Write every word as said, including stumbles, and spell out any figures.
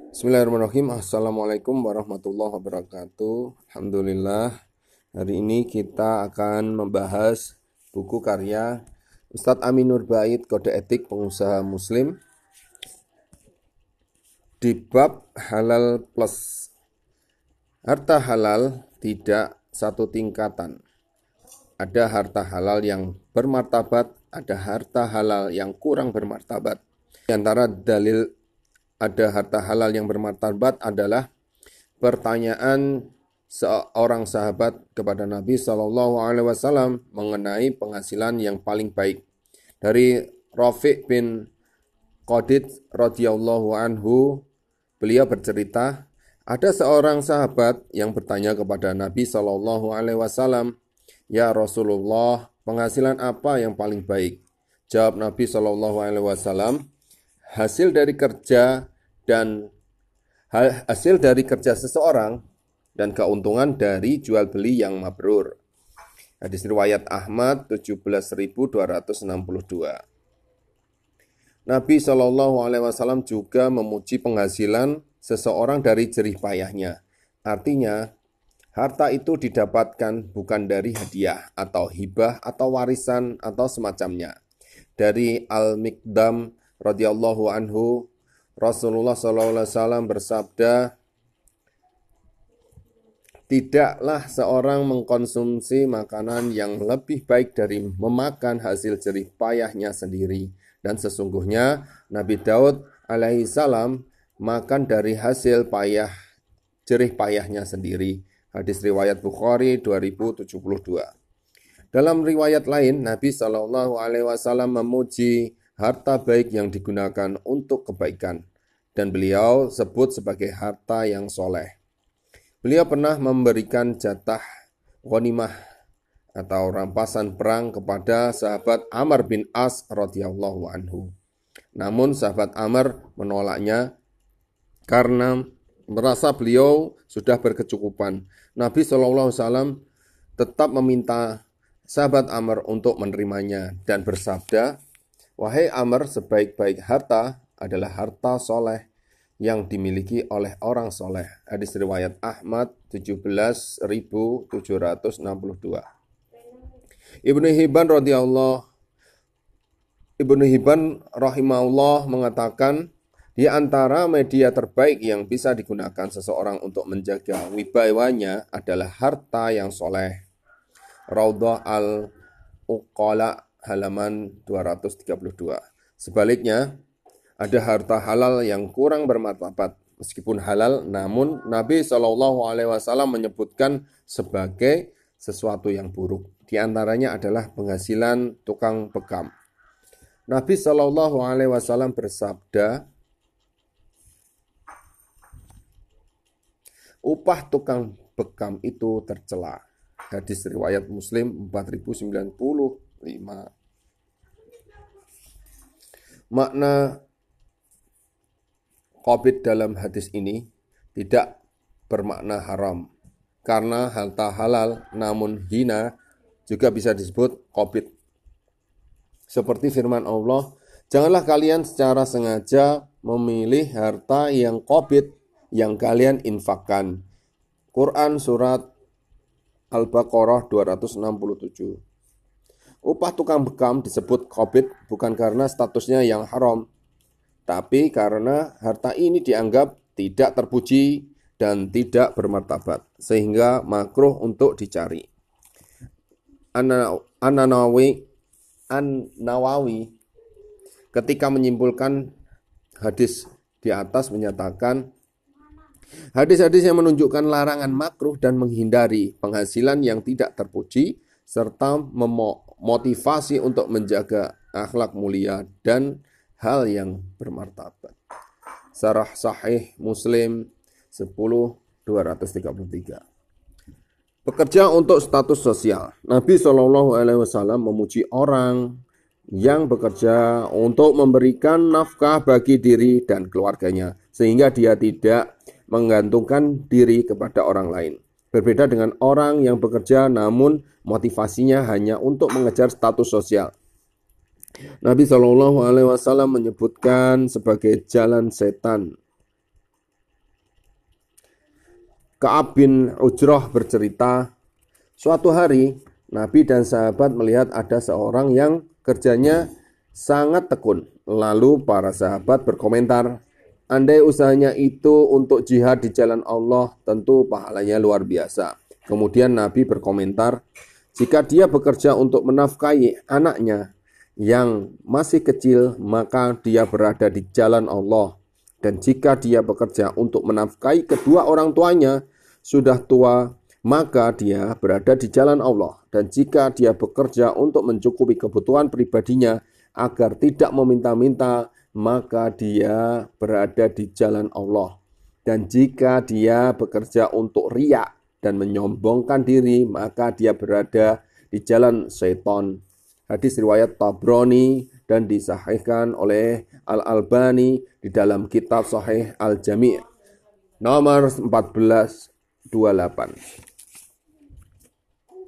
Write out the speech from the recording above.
Bismillahirrahmanirrahim. Assalamualaikum warahmatullahi wabarakatuh. Alhamdulillah, hari ini kita akan membahas buku karya Ustadz Aminur Bait, Kode Etik Pengusaha Muslim, di bab halal plus. Harta halal tidak satu tingkatan. Ada harta halal yang bermartabat, ada harta halal yang kurang bermartabat. Di antara dalil ada harta halal yang bermartabat adalah pertanyaan seorang sahabat kepada Nabi shallallahu alaihi wasallam mengenai penghasilan yang paling baik. Dari Rafiq bin Qadid radhiyallahu anhu, beliau bercerita, ada seorang sahabat yang bertanya kepada Nabi shallallahu alaihi wasallam, "Ya Rasulullah, penghasilan apa yang paling baik?" Jawab Nabi shallallahu alaihi wasallam, hasil dari kerja dan hasil dari kerja seseorang dan keuntungan dari jual beli yang mabrur. Hadis riwayat Ahmad tujuh belas ribu dua ratus enam puluh dua. Nabi shallallahu alaihi wasallam juga memuji penghasilan seseorang dari jerih payahnya. Artinya, harta itu didapatkan bukan dari hadiah atau hibah atau warisan atau semacamnya. Dari Al-Miqdam radhiyallahu anhu, Rasulullah shallallahu alaihi wasallam bersabda, tidaklah seorang mengkonsumsi makanan yang lebih baik dari memakan hasil jerih payahnya sendiri. Dan sesungguhnya Nabi Daud alaihi salam makan dari hasil payah jerih payahnya sendiri. Hadis riwayat Bukhari dua ribu tujuh puluh dua. Dalam riwayat lain, Nabi shallallahu alaihi wasallam memuji harta baik yang digunakan untuk kebaikan, dan beliau sebut sebagai harta yang soleh. Beliau pernah memberikan jatah ghanimah atau rampasan perang kepada sahabat Amr bin As radhiyallahu anhu. Namun sahabat Amr menolaknya karena merasa beliau sudah berkecukupan. Nabi shallallahu alaihi wasallam tetap meminta sahabat Amr untuk menerimanya dan bersabda, "Wahai Amr, sebaik-baik harta adalah harta soleh yang dimiliki oleh orang soleh." Hadis riwayat Ahmad tujuh belas ribu tujuh ratus enam puluh dua. Ibnu Hibban radhiyallahu Ibnu Hibban rahimahullah mengatakan, di antara media terbaik yang bisa digunakan seseorang untuk menjaga wibawanya adalah harta yang soleh. Raudhah al-Uqala halaman dua ratus tiga puluh dua. Sebaliknya, ada harta halal yang kurang bermartabat. Meskipun halal, namun Nabi shallallahu alaihi wasallam menyebutkan sebagai sesuatu yang buruk. Di antaranya adalah penghasilan tukang bekam. Nabi shallallahu alaihi wasallam bersabda, upah tukang bekam itu tercela. Hadis riwayat Muslim empat ribu sembilan puluh lima. Makna qabid dalam hadis ini tidak bermakna haram, karena harta halal namun hina juga bisa disebut qabid. Seperti firman Allah, janganlah kalian secara sengaja memilih harta yang qabid yang kalian infakkan. Quran surat Al-Baqarah dua ratus enam puluh tujuh. Upah tukang bekam disebut qabid bukan karena statusnya yang haram, tapi karena harta ini dianggap tidak terpuji dan tidak bermartabat, sehingga makruh untuk dicari. An-Nawawi An-Nawawi ketika menyimpulkan hadis di atas menyatakan, hadis-hadis yang menunjukkan larangan makruh dan menghindari penghasilan yang tidak terpuji, serta memotivasi untuk menjaga akhlak mulia dan hal yang bermartabat. Syarah Sahih Muslim sepuluh dua ratus tiga puluh tiga. Bekerja untuk status sosial. Nabi shallallahu alaihi wasallam memuji orang yang bekerja untuk memberikan nafkah bagi diri dan keluarganya, sehingga dia tidak menggantungkan diri kepada orang lain. Berbeda dengan orang yang bekerja namun motivasinya hanya untuk mengejar status sosial. Nabi shallallahu alaihi wasallam menyebutkan sebagai jalan setan. Ka'ab bin Ujrah bercerita, suatu hari Nabi dan sahabat melihat ada seorang yang kerjanya sangat tekun. Lalu para sahabat berkomentar, andai usahanya itu untuk jihad di jalan Allah, tentu pahalanya luar biasa. Kemudian Nabi berkomentar, jika dia bekerja untuk menafkahi anaknya yang masih kecil, maka dia berada di jalan Allah. Dan jika dia bekerja untuk menafkahi kedua orang tuanya sudah tua, maka dia berada di jalan Allah. Dan jika dia bekerja untuk mencukupi kebutuhan pribadinya agar tidak meminta-minta, maka dia berada di jalan Allah. Dan jika dia bekerja untuk riya dan menyombongkan diri, maka dia berada di jalan syaitan. Hadis riwayat Tabrani dan disahihkan oleh Al-Albani di dalam kitab Sahih Al-Jami' nomor empat belas dua puluh delapan.